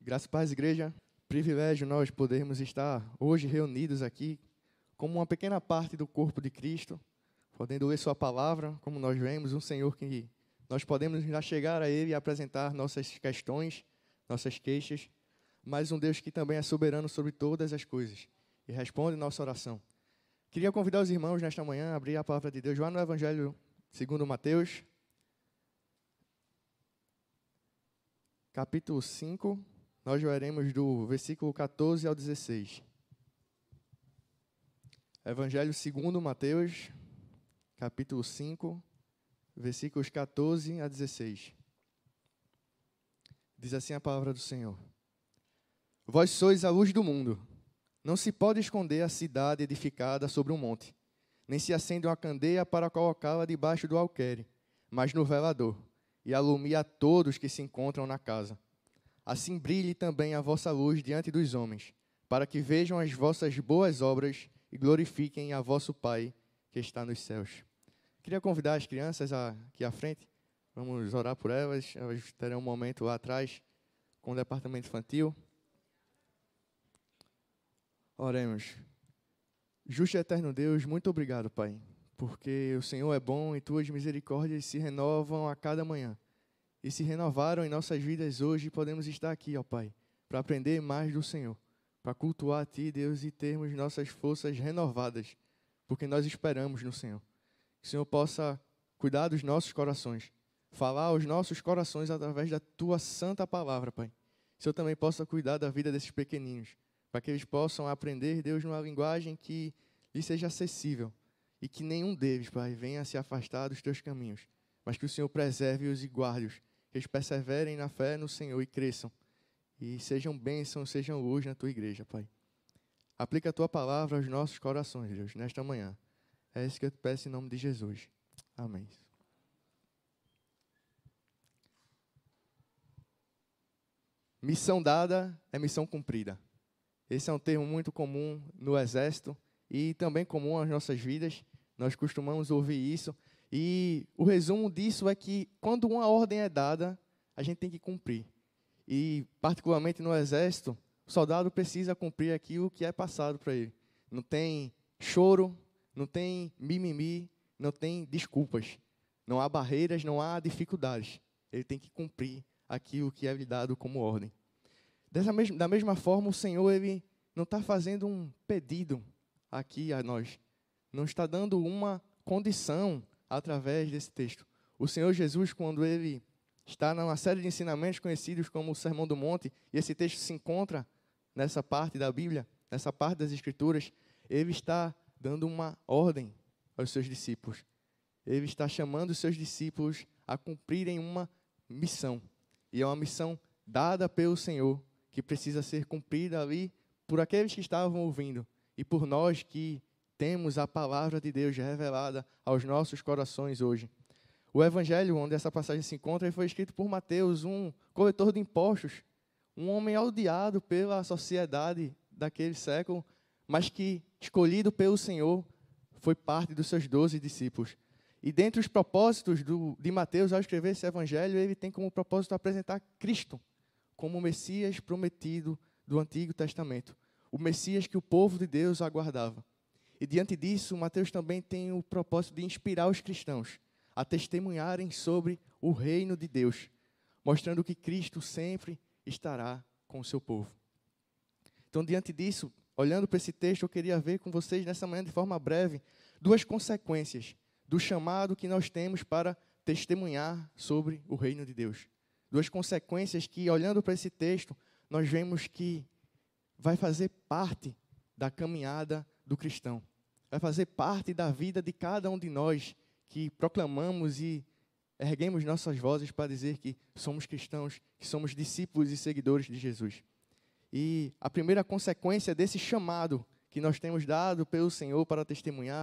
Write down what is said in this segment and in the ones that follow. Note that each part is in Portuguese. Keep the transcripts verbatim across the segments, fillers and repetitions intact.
Graças a paz, igreja. Privilégio nós podermos estar hoje reunidos aqui como uma pequena parte do corpo de Cristo, podendo ler sua palavra, como nós vemos, um Senhor que nós podemos já chegar a Ele e apresentar nossas questões, nossas queixas, mas um Deus que também é soberano sobre todas as coisas e responde nossa oração. Queria convidar os irmãos nesta manhã a abrir a palavra de Deus lá no Evangelho segundo Mateus, capítulo cinco, nós veremos do versículo catorze ao dezesseis. Evangelho segundo Mateus, capítulo cinco, versículos catorze a dezesseis. Diz assim a palavra do Senhor: Vós sois a luz do mundo. Não se pode esconder a cidade edificada sobre um monte, nem se acende uma candeia para colocá-la debaixo do alqueire, mas no velador, e alumia a todos que se encontram na casa. Assim brilhe também a vossa luz diante dos homens, para que vejam as vossas boas obras e glorifiquem a vosso Pai que está nos céus. Queria convidar as crianças aqui à frente, vamos orar por elas, elas terão um momento lá atrás com o departamento infantil. Oremos. Justo e eterno Deus, muito obrigado, Pai, porque o Senhor é bom e Tuas misericórdias se renovam a cada manhã. E se renovaram em nossas vidas hoje e podemos estar aqui, ó Pai, para aprender mais do Senhor, para cultuar a Ti, Deus, e termos nossas forças renovadas, porque nós esperamos no Senhor. Que o Senhor possa cuidar dos nossos corações, falar aos nossos corações através da Tua santa palavra, Pai. Que o Senhor também possa cuidar da vida desses pequeninos, para que eles possam aprender, Deus, numa linguagem que lhes seja acessível e que nenhum deles, Pai, venha se afastar dos Teus caminhos, mas que o Senhor preserve-os e guarde-os, que eles perseverem na fé no Senhor e cresçam, e sejam bênçãos, sejam luz na Tua igreja, Pai. Aplica a Tua palavra aos nossos corações, Deus, nesta manhã. É isso que eu te peço em nome de Jesus. Amém. Missão dada é missão cumprida. Esse é um termo muito comum no Exército e também comum às nossas vidas. Nós costumamos ouvir isso. E o resumo disso é que quando uma ordem é dada, a gente tem que cumprir. E, particularmente no Exército, o soldado precisa cumprir aquilo que é passado para ele. Não tem choro, não tem mimimi, não tem desculpas. Não há barreiras, não há dificuldades. Ele tem que cumprir aquilo que é lhe dado como ordem. Dessa mesma, da mesma forma, o Senhor ele não está fazendo um pedido aqui a nós. Não está dando uma condição através desse texto. O Senhor Jesus, quando ele está numa série de ensinamentos conhecidos como o Sermão do Monte, e esse texto se encontra nessa parte da Bíblia, nessa parte das Escrituras, ele está dando uma ordem aos seus discípulos. Ele está chamando os seus discípulos a cumprirem uma missão. E é uma missão dada pelo Senhor, que precisa ser cumprida ali por aqueles que estavam ouvindo e por nós que temos a palavra de Deus revelada aos nossos corações hoje. O evangelho onde essa passagem se encontra foi escrito por Mateus, um coletor de impostos, um homem odiado pela sociedade daquele século, mas que, escolhido pelo Senhor, foi parte dos seus doze discípulos. E dentre os propósitos do, de Mateus, ao escrever esse evangelho, ele tem como propósito apresentar Cristo como o Messias prometido do Antigo Testamento, o Messias que o povo de Deus aguardava. E diante disso, Mateus também tem o propósito de inspirar os cristãos a testemunharem sobre o reino de Deus, mostrando que Cristo sempre estará com o seu povo. Então, diante disso, olhando para esse texto, eu queria ver com vocês nessa manhã, de forma breve, duas consequências do chamado que nós temos para testemunhar sobre o reino de Deus. Duas consequências que, olhando para esse texto, nós vemos que vai fazer parte da caminhada do cristão. Vai fazer parte da vida de cada um de nós que proclamamos e erguemos nossas vozes para dizer que somos cristãos, que somos discípulos e seguidores de Jesus. E a primeira consequência desse chamado que nós temos dado pelo Senhor para testemunhar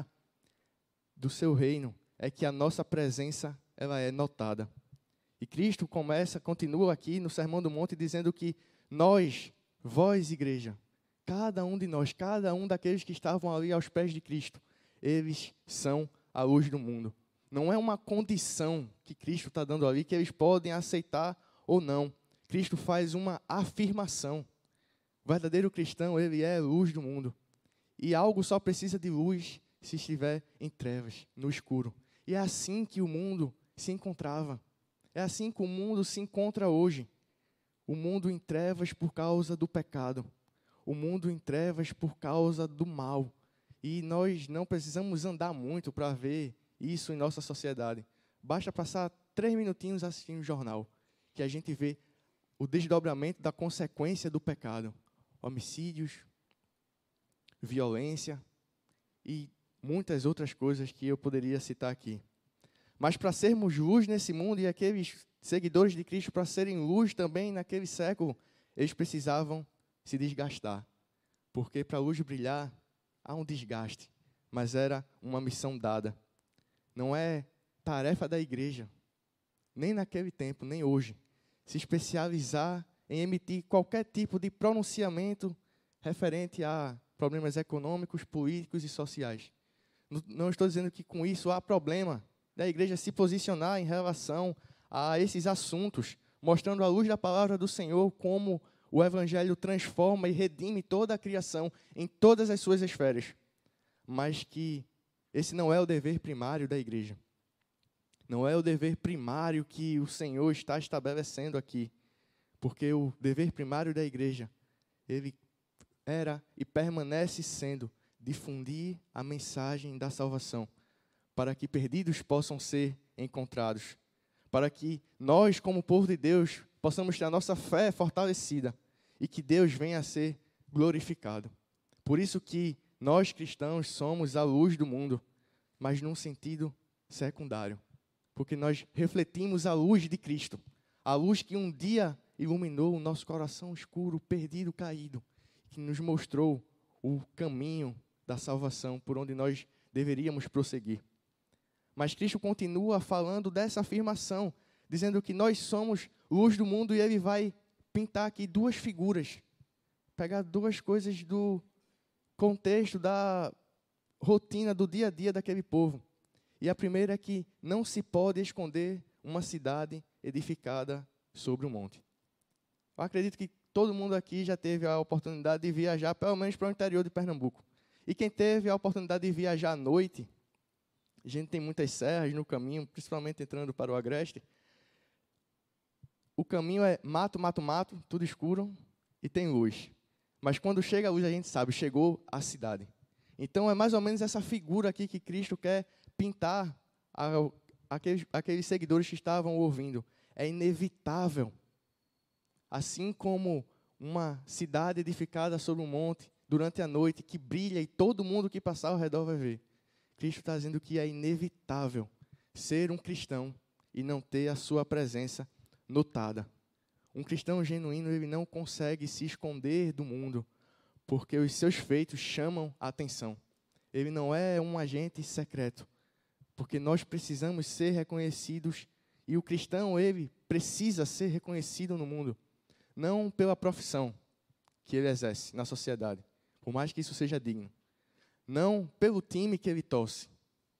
do seu reino é que a nossa presença ela é notada. E Cristo começa, continua aqui no Sermão do Monte dizendo que nós, vós, igreja, cada um de nós, cada um daqueles que estavam ali aos pés de Cristo, eles são a luz do mundo. Não é uma condição que Cristo está dando ali que eles podem aceitar ou não. Cristo faz uma afirmação. O verdadeiro cristão, ele é luz do mundo. E algo só precisa de luz se estiver em trevas, no escuro. E é assim que o mundo se encontrava. É assim que o mundo se encontra hoje. O mundo em trevas por causa do pecado. O mundo em trevas por causa do mal. E nós não precisamos andar muito para ver isso em nossa sociedade. Basta passar três minutinhos assistindo o jornal, que a gente vê o desdobramento da consequência do pecado. Homicídios, violência e muitas outras coisas que eu poderia citar aqui. Mas para sermos luz nesse mundo, e aqueles seguidores de Cristo, para serem luz também naquele século, eles precisavam se desgastar. Porque para a luz brilhar, há um desgaste. Mas era uma missão dada. Não é tarefa da igreja, nem naquele tempo, nem hoje, se especializar em emitir qualquer tipo de pronunciamento referente a problemas econômicos, políticos e sociais. Não estou dizendo que com isso há problema da igreja se posicionar em relação a esses assuntos, mostrando à luz da palavra do Senhor como o Evangelho transforma e redime toda a criação em todas as suas esferas. Mas que esse não é o dever primário da igreja. Não é o dever primário que o Senhor está estabelecendo aqui. Porque o dever primário da igreja, ele era e permanece sendo difundir a mensagem da salvação, para que perdidos possam ser encontrados, para que nós, como povo de Deus, possamos ter a nossa fé fortalecida e que Deus venha a ser glorificado. Por isso que nós cristãos somos a luz do mundo, mas num sentido secundário, porque nós refletimos a luz de Cristo, a luz que um dia iluminou o nosso coração escuro, perdido, caído, que nos mostrou o caminho da salvação por onde nós deveríamos prosseguir. Mas Cristo continua falando dessa afirmação, dizendo que nós somos luz do mundo, e ele vai pintar aqui duas figuras, pegar duas coisas do contexto, da rotina, do dia a dia daquele povo. E a primeira é que não se pode esconder uma cidade edificada sobre um monte. Eu acredito que todo mundo aqui já teve a oportunidade de viajar, pelo menos para o interior de Pernambuco. E quem teve a oportunidade de viajar à noite, a gente tem muitas serras no caminho, principalmente entrando para o Agreste. O caminho é mato, mato, mato, tudo escuro e tem luz. Mas quando chega a luz, a gente sabe, chegou a cidade. Então é mais ou menos essa figura aqui que Cristo quer pintar a, aqueles, aqueles seguidores que estavam ouvindo. É inevitável. Assim como uma cidade edificada sobre um monte durante a noite, que brilha e todo mundo que passar ao redor vai ver. Cristo está dizendo que é inevitável ser um cristão e não ter a sua presença notada. Um cristão genuíno, ele não consegue se esconder do mundo, porque os seus feitos chamam a atenção. Ele não é um agente secreto, porque nós precisamos ser reconhecidos, e o cristão, ele precisa ser reconhecido no mundo, não pela profissão que ele exerce na sociedade, por mais que isso seja digno. Não pelo time que ele torce.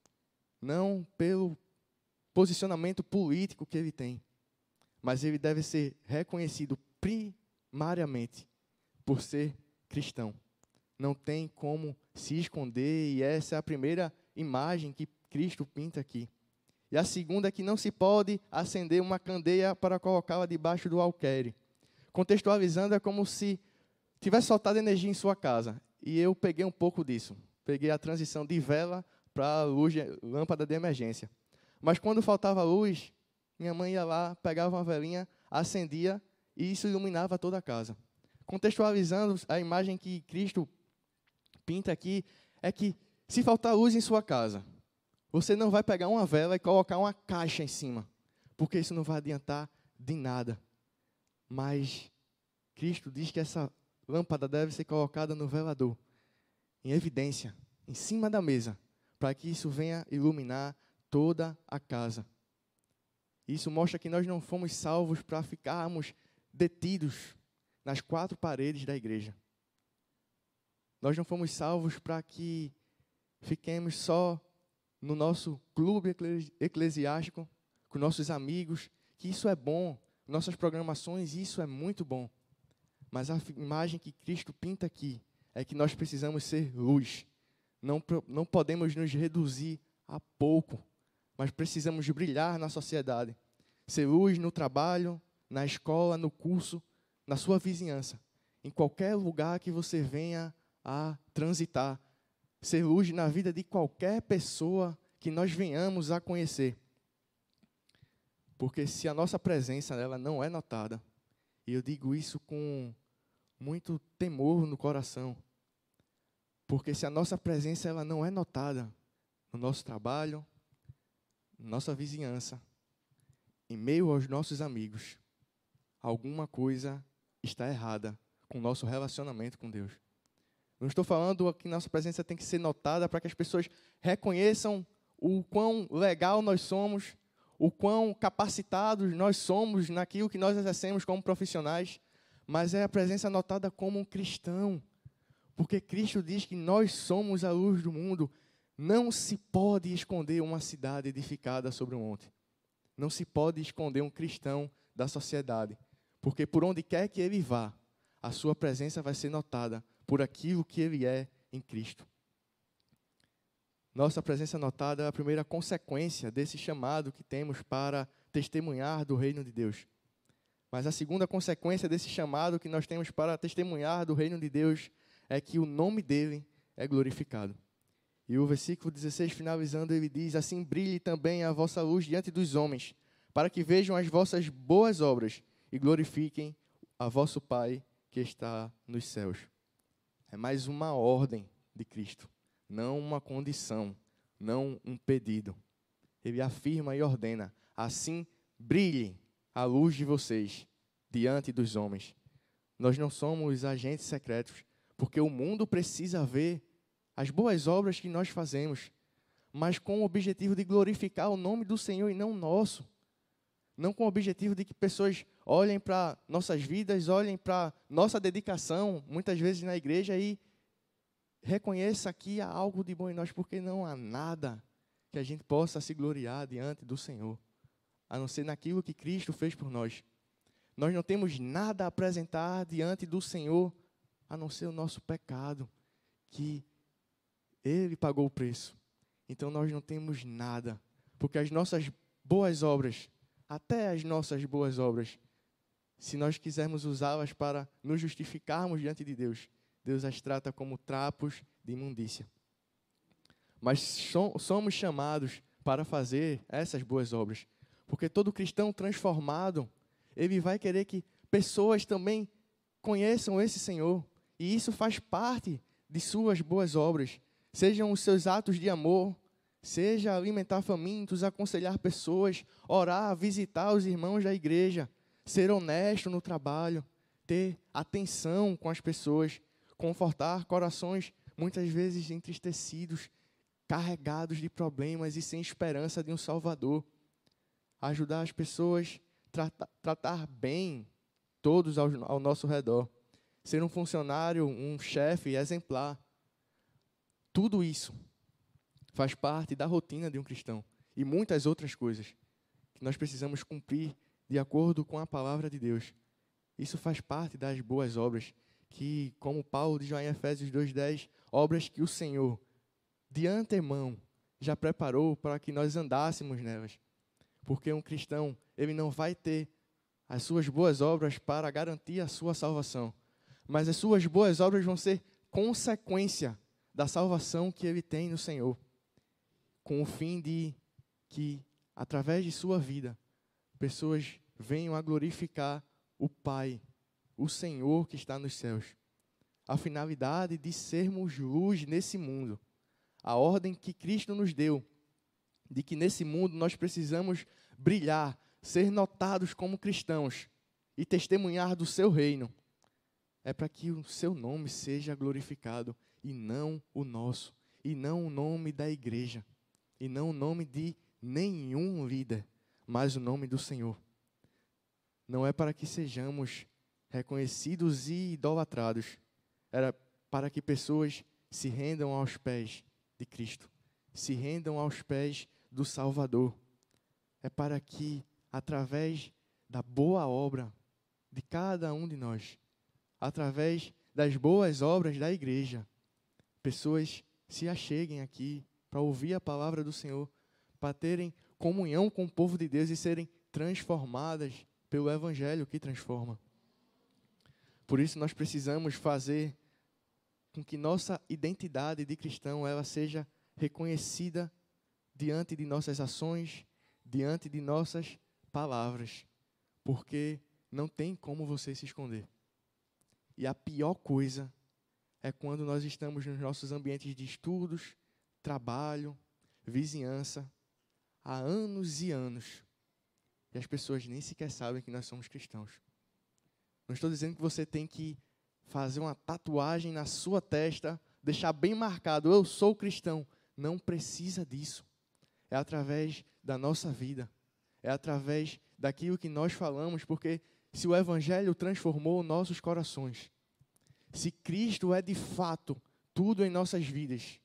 Não pelo posicionamento político que ele tem. Mas ele deve ser reconhecido primariamente por ser cristão. Não tem como se esconder, e essa é a primeira imagem que Cristo pinta aqui. E a segunda é que não se pode acender uma candeia para colocá-la debaixo do alqueire. Contextualizando, é como se tivesse soltado energia em sua casa. E eu peguei um pouco disso. Peguei a transição de vela para luz, lâmpada de emergência. Mas quando faltava luz, minha mãe ia lá, pegava uma velinha, acendia, e isso iluminava toda a casa. Contextualizando, a imagem que Cristo pinta aqui é que, se faltar luz em sua casa, você não vai pegar uma vela e colocar uma caixa em cima, porque isso não vai adiantar de nada. Mas Cristo diz que essa lâmpada deve ser colocada no velador, em evidência, em cima da mesa, para que isso venha iluminar toda a casa. Isso mostra que nós não fomos salvos para ficarmos detidos nas quatro paredes da igreja. Nós não fomos salvos para que fiquemos só no nosso clube eclesiástico, com nossos amigos, que isso é bom, nossas programações, isso é muito bom. Mas a imagem que Cristo pinta aqui é que nós precisamos ser luz. Não, não podemos nos reduzir a pouco, mas precisamos brilhar na sociedade. Ser luz no trabalho, na escola, no curso, na sua vizinhança. Em qualquer lugar que você venha a transitar. Ser luz na vida de qualquer pessoa que nós venhamos a conhecer. Porque se a nossa presença ela não é notada, e eu digo isso com muito temor no coração, porque se a nossa presença ela não é notada no nosso trabalho, na nossa vizinhança, em meio aos nossos amigos, alguma coisa está errada com o nosso relacionamento com Deus. Não estou falando que nossa presença tem que ser notada para que as pessoas reconheçam o quão legal nós somos, o quão capacitados nós somos naquilo que nós exercemos como profissionais, mas é a presença notada como um cristão. Porque Cristo diz que nós somos a luz do mundo. Não se pode esconder uma cidade edificada sobre um monte. Não se pode esconder um cristão da sociedade. Porque por onde quer que ele vá, a sua presença vai ser notada por aquilo que ele é em Cristo. Nossa presença notada é a primeira consequência desse chamado que temos para testemunhar do reino de Deus. Mas a segunda consequência desse chamado que nós temos para testemunhar do reino de Deus é que o nome dele é glorificado. E o versículo dezesseis, finalizando, ele diz: assim brilhe também a vossa luz diante dos homens, para que vejam as vossas boas obras e glorifiquem a vosso Pai que está nos céus. É mais uma ordem de Cristo, não uma condição, não um pedido. Ele afirma e ordena: assim brilhe a luz de vocês diante dos homens. Nós não somos agentes secretos, porque o mundo precisa ver as boas obras que nós fazemos, mas com o objetivo de glorificar o nome do Senhor e não o nosso. Não com o objetivo de que pessoas olhem para nossas vidas, olhem para nossa dedicação, muitas vezes na igreja, e reconheça que há algo de bom em nós, porque não há nada que a gente possa se gloriar diante do Senhor, a não ser naquilo que Cristo fez por nós. Nós não temos nada a apresentar diante do Senhor, a não ser o nosso pecado, que Ele pagou o preço. Então nós não temos nada, porque as nossas boas obras, até as nossas boas obras, se nós quisermos usá-las para nos justificarmos diante de Deus, Deus as trata como trapos de imundícia. Mas somos chamados para fazer essas boas obras, porque todo cristão transformado, ele vai querer que pessoas também conheçam esse Senhor, e isso faz parte de suas boas obras, sejam os seus atos de amor, seja alimentar famintos, aconselhar pessoas, orar, visitar os irmãos da igreja, ser honesto no trabalho, ter atenção com as pessoas, confortar corações muitas vezes entristecidos, carregados de problemas e sem esperança de um Salvador. Ajudar as pessoas, tratar, tratar bem todos ao, ao nosso redor. Ser um funcionário, um chefe exemplar. Tudo isso faz parte da rotina de um cristão. E muitas outras coisas que nós precisamos cumprir de acordo com a palavra de Deus. Isso faz parte das boas obras, que, como Paulo diz em Efésios dois, dez, obras que o Senhor, de antemão, já preparou para que nós andássemos nelas. Porque um cristão, ele não vai ter as suas boas obras para garantir a sua salvação, mas as suas boas obras vão ser consequência da salvação que ele tem no Senhor, com o fim de que, através de sua vida, pessoas venham a glorificar o Pai, o Senhor que está nos céus. A finalidade de sermos luz nesse mundo, a ordem que Cristo nos deu, de que nesse mundo nós precisamos brilhar, ser notados como cristãos e testemunhar do seu reino, é para que o seu nome seja glorificado e não o nosso, e não o nome da igreja, e não o nome de nenhum líder, mas o nome do Senhor. Não é para que sejamos reconhecidos e idolatrados, era para que pessoas se rendam aos pés de Cristo, se rendam aos pés do Salvador. É para que, através da boa obra de cada um de nós, através das boas obras da igreja, pessoas se acheguem aqui para ouvir a palavra do Senhor, para terem comunhão com o povo de Deus e serem transformadas pelo Evangelho que transforma. Por isso nós precisamos fazer com que nossa identidade de cristão ela seja reconhecida diante de nossas ações, diante de nossas palavras, porque não tem como você se esconder. E a pior coisa é quando nós estamos nos nossos ambientes de estudos, trabalho, vizinhança, há anos e anos, e as pessoas nem sequer sabem que nós somos cristãos. Não estou dizendo que você tem que fazer uma tatuagem na sua testa, deixar bem marcado, eu sou cristão. Não precisa disso. É através da nossa vida, é através daquilo que nós falamos, porque se o Evangelho transformou nossos corações, se Cristo é de fato tudo em nossas vidas,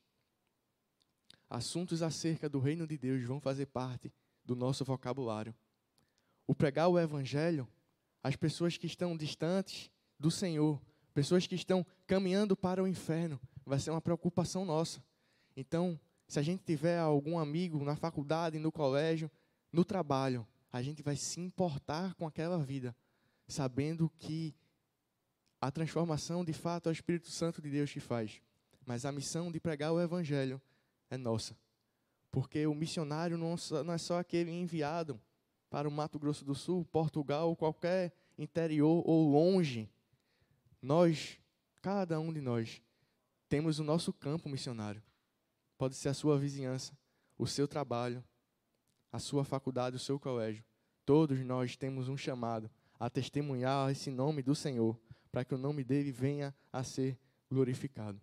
assuntos acerca do reino de Deus vão fazer parte do nosso vocabulário. O pregar o Evangelho, as pessoas que estão distantes do Senhor, pessoas que estão caminhando para o inferno, vai ser uma preocupação nossa. Então, se a gente tiver algum amigo na faculdade, no colégio, no trabalho, a gente vai se importar com aquela vida, sabendo que a transformação, de fato, é o Espírito Santo de Deus que faz. Mas a missão de pregar o Evangelho é nossa. Porque o missionário não é só aquele enviado para o Mato Grosso do Sul, Portugal, ou qualquer interior ou longe. Nós, cada um de nós, temos o nosso campo missionário. Pode ser a sua vizinhança, o seu trabalho, a sua faculdade, o seu colégio. Todos nós temos um chamado a testemunhar esse nome do Senhor, para que o nome dele venha a ser glorificado.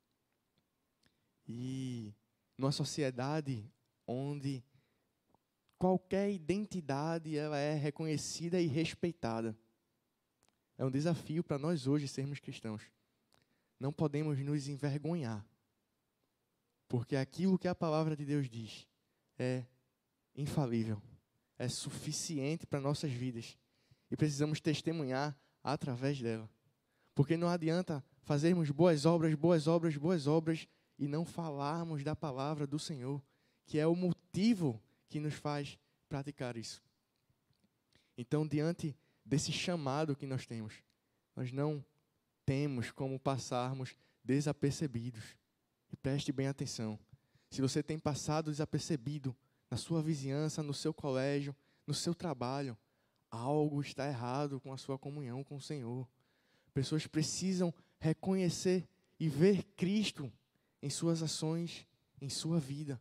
E numa sociedade onde qualquer identidade ela é reconhecida e respeitada, é um desafio para nós hoje sermos cristãos. Não podemos nos envergonhar, porque aquilo que a palavra de Deus diz é infalível, é suficiente para nossas vidas e precisamos testemunhar através dela. Porque não adianta fazermos boas obras, boas obras, boas obras e não falarmos da palavra do Senhor, que é o motivo que nos faz praticar isso. Então, diante desse chamado que nós temos, nós não temos como passarmos desapercebidos. E preste bem atenção. Se você tem passado desapercebido na sua vizinhança, no seu colégio, no seu trabalho, algo está errado com a sua comunhão com o Senhor. Pessoas precisam reconhecer e ver Cristo em suas ações, em sua vida.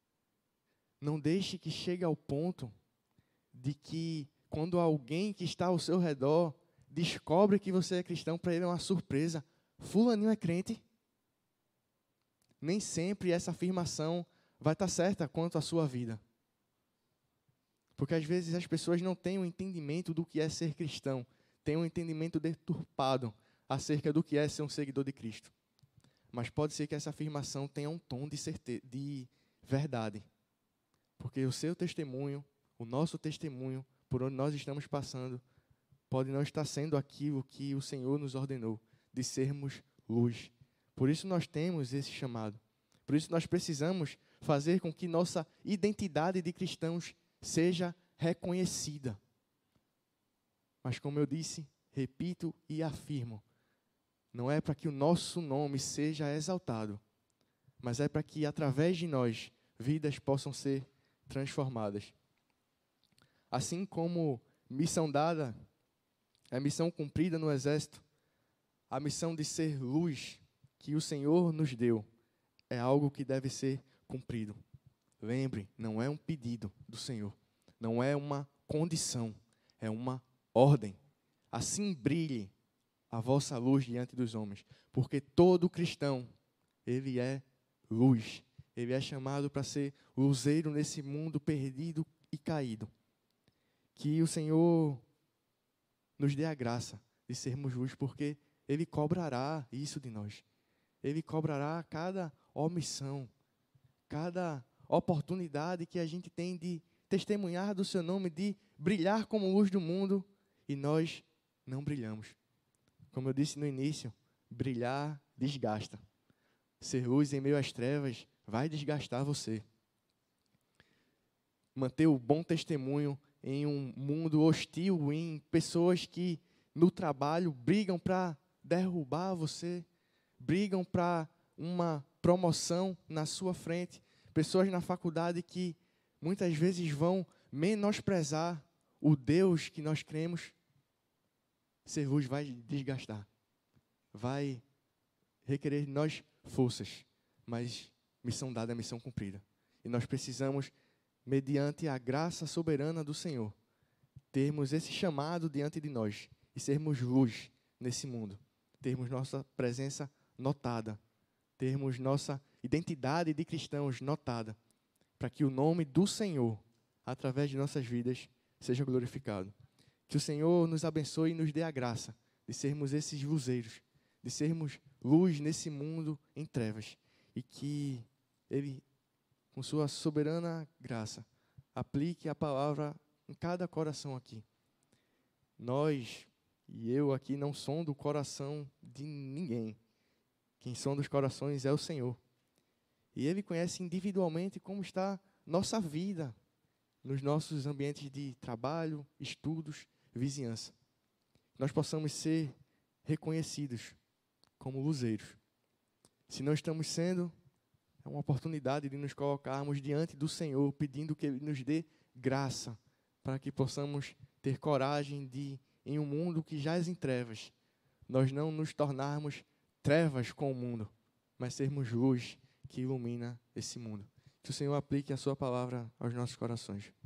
Não deixe que chegue ao ponto de que, quando alguém que está ao seu redor descobre que você é cristão, para ele é uma surpresa. Fulaninho é crente. Nem sempre essa afirmação vai estar certa quanto à sua vida. Porque às vezes as pessoas não têm um entendimento do que é ser cristão. Têm um entendimento deturpado acerca do que é ser um seguidor de Cristo. Mas pode ser que essa afirmação tenha um tom de, certe- de verdade. Porque o seu testemunho, o nosso testemunho, por onde nós estamos passando, pode não estar sendo aquilo que o Senhor nos ordenou, de sermos luz. Por isso nós temos esse chamado. Por isso nós precisamos fazer com que nossa identidade de cristãos seja reconhecida. Mas como eu disse, repito e afirmo, não é para que o nosso nome seja exaltado, mas é para que através de nós vidas possam ser transformadas. Assim como missão dada é missão cumprida no exército, a missão de ser luz que o Senhor nos deu é algo que deve ser cumprido. Lembre, não é um pedido do Senhor, não é uma condição, é uma ordem. Assim brilhe a vossa luz diante dos homens, porque todo cristão, ele é luz. Ele é chamado para ser luzeiro nesse mundo perdido e caído. Que o Senhor nos dê a graça de sermos luz, porque Ele cobrará isso de nós. Ele cobrará cada omissão, cada oportunidade que a gente tem de testemunhar do seu nome, de brilhar como luz do mundo, e nós não brilhamos. Como eu disse no início, brilhar desgasta. Ser luz em meio às trevas vai desgastar você. Manter o bom testemunho em um mundo hostil, em pessoas que no trabalho brigam para derrubar você, brigam para uma promoção na sua frente, pessoas na faculdade que muitas vezes vão menosprezar o Deus que nós cremos. Ser luz vai desgastar, vai requerer de nós forças, mas missão dada é missão cumprida. E nós precisamos, mediante a graça soberana do Senhor, termos esse chamado diante de nós e sermos luz nesse mundo, termos nossa presença notada, termos nossa identidade de cristãos notada, para que o nome do Senhor, através de nossas vidas, seja glorificado. Que o Senhor nos abençoe e nos dê a graça de sermos esses luzeiros, de sermos luz nesse mundo em trevas, e que Ele, com sua soberana graça, aplique a palavra em cada coração aqui. Nós e eu aqui não somos do coração de ninguém. Quem sonda os corações é o Senhor. E Ele conhece individualmente como está nossa vida, nos nossos ambientes de trabalho, estudos, vizinhança. Nós possamos ser reconhecidos como luzeiros. Se não estamos sendo, é uma oportunidade de nos colocarmos diante do Senhor, pedindo que Ele nos dê graça, para que possamos ter coragem de, em um mundo que jaz em trevas, nós não nos tornarmos trevas com o mundo, mas sermos luz que ilumina esse mundo. Que o Senhor aplique a sua palavra aos nossos corações.